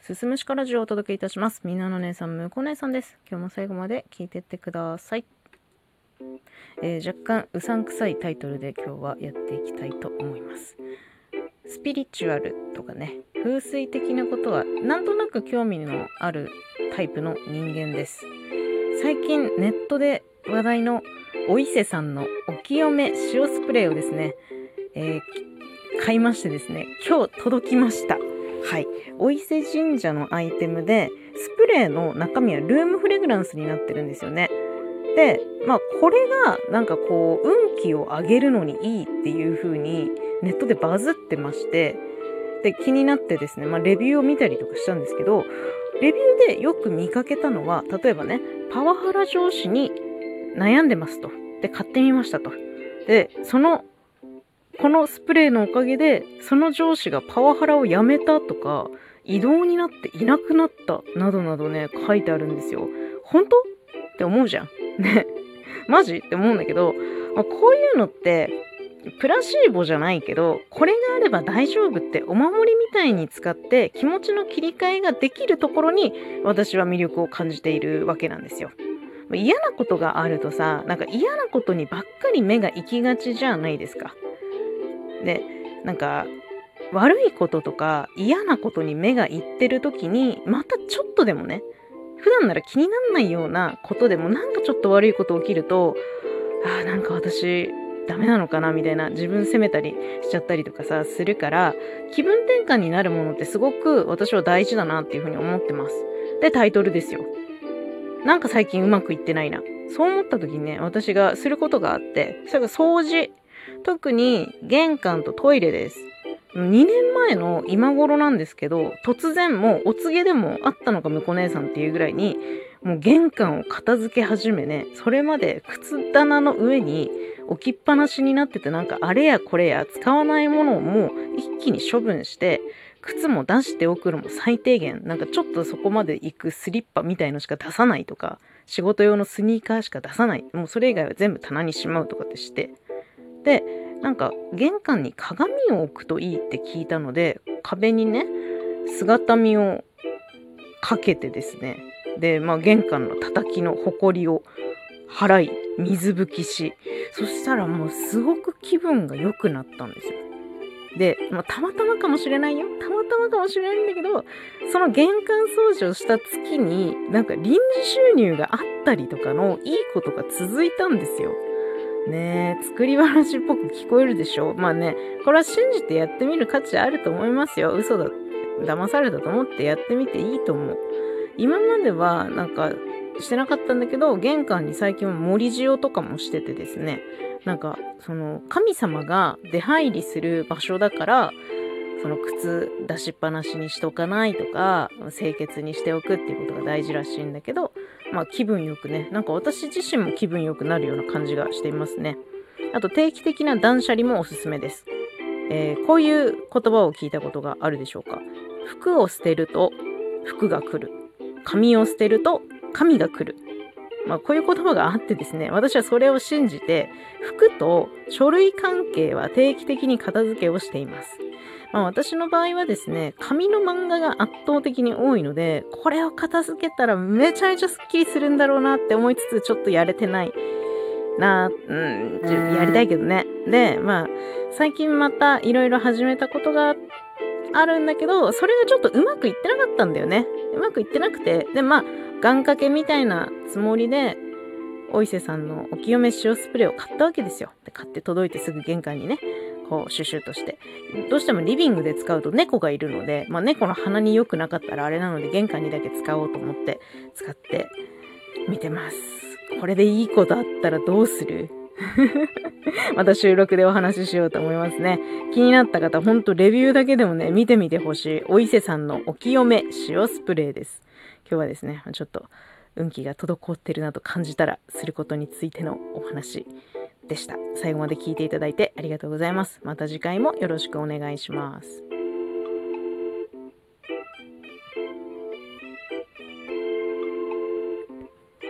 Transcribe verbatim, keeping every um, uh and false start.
すすむしかラジオをお届けいたします。みんなの姉さん、むこ姉さんです。今日も最後まで聞いてってください。えー、若干うさんくさいタイトルで今日はやっていきたいと思います。スピリチュアルとかね、風水的なことはなんとなく興味のあるタイプの人間です。最近ネットで話題のお伊勢さんのお清め塩スプレーをですね、えー、買いましてですね、今日届きました。はい。お伊勢神社のアイテムで、スプレーの中身はルームフレグランスになってるんですよね。で、まあこれがなんかこう運気を上げるのにいいっていう風にネットでバズってまして、で気になってですね、まあレビューを見たりとかしたんですけど、レビューでよく見かけたのは、例えばね、パワハラ上司に悩んでますと。で、買ってみましたと。で、そのこのスプレーのおかげで、その上司がパワハラをやめたとか、異動になっていなくなったなどなどね、書いてあるんですよ。本当って思うじゃん。ね。マジって思うんだけど、まあ、こういうのって、プラシーボじゃないけど、これがあれば大丈夫ってお守りみたいに使って気持ちの切り替えができるところに私は魅力を感じているわけなんですよ。嫌なことがあるとさ、なんか嫌なことにばっかり目が行きがちじゃないですか。で、なんか悪いこととか嫌なことに目がいってる時に、またちょっとでもね、普段なら気にならないようなことでもなんかちょっと悪いこと起きると、あーなんか私ダメなのかなみたいな、自分責めたりしちゃったりとかさするから、気分転換になるものってすごく私は大事だなっていうふうに思ってます。で、タイトルですよ。なんか最近うまくいってないな、そう思った時にね、私がすることがあって、それが掃除。特に玄関とトイレです。にねんまえの今頃なんですけど、突然もうお告げでもあったのかむこ姉さんっていうぐらいに、もう玄関を片付け始めね、それまで靴棚の上に置きっぱなしになってて、なんかあれやこれや使わないものをもう一気に処分して、靴も出しておくのも最低限、なんかちょっとそこまで行くスリッパみたいのしか出さないとか、仕事用のスニーカーしか出さない、もうそれ以外は全部棚にしまうとかってして、で、なんか玄関に鏡を置くといいって聞いたので、壁にね、姿見をかけてですね、で、まあ玄関の叩きのほこりを払い、水拭きし、そしたらもうすごく気分が良くなったんですよ。で、まあ、たまたまかもしれないよ。たまたまかもしれないんだけど、その玄関掃除をした月に、なんか臨時収入があったりとかのいいことが続いたんですよ。ねえ、作り話っぽく聞こえるでしょ。まあね、これは信じてやってみる価値あると思いますよ。嘘だ、騙されたと思ってやってみていいと思う。今まではなんかしてなかったんだけど、玄関に最近は盛り塩とかもしててですね、なんかその神様が出入りする場所だから、その靴出しっぱなしにしとかないとか、清潔にしておくっていうことが大事らしいんだけど、まあ気分よくね、なんか私自身も気分よくなるような感じがしていますね。あと定期的な断捨離もおすすめです。えー、こういう言葉を聞いたことがあるでしょうか。服を捨てると服が来る。紙を捨てると紙が来る。まあこういう言葉があってですね、私はそれを信じて、服と書類関係は定期的に片付けをしています。まあ、私の場合はですね、紙の漫画が圧倒的に多いので、これを片付けたらめちゃめちゃスッキリするんだろうなって思いつつ、ちょっとやれてないな、うん、やりたいけどね。で、まあ、最近またいろいろ始めたことがあるんだけど、それがちょっとうまくいってなかったんだよね。うまくいってなくて、で、まあ、願掛けみたいなつもりで、お伊勢さんのお清め塩スプレーを買ったわけですよ。で、買って届いてすぐ玄関にね、こうシュシュとして、どうしてもリビングで使うと猫がいるので、まあ、猫の鼻に良くなかったらあれなので、玄関にだけ使おうと思って使ってみてます。これでいいことあったらどうする？また収録でお話ししようと思いますね。気になった方、ほんとレビューだけでもね、見てみてほしいお伊勢さんのお清め塩スプレーです。今日はですね、ちょっと運気が滞ってるなと感じたらすることについてのお話でした。最後まで聞いていただいてありがとうございます。また次回もよろしくお願いします。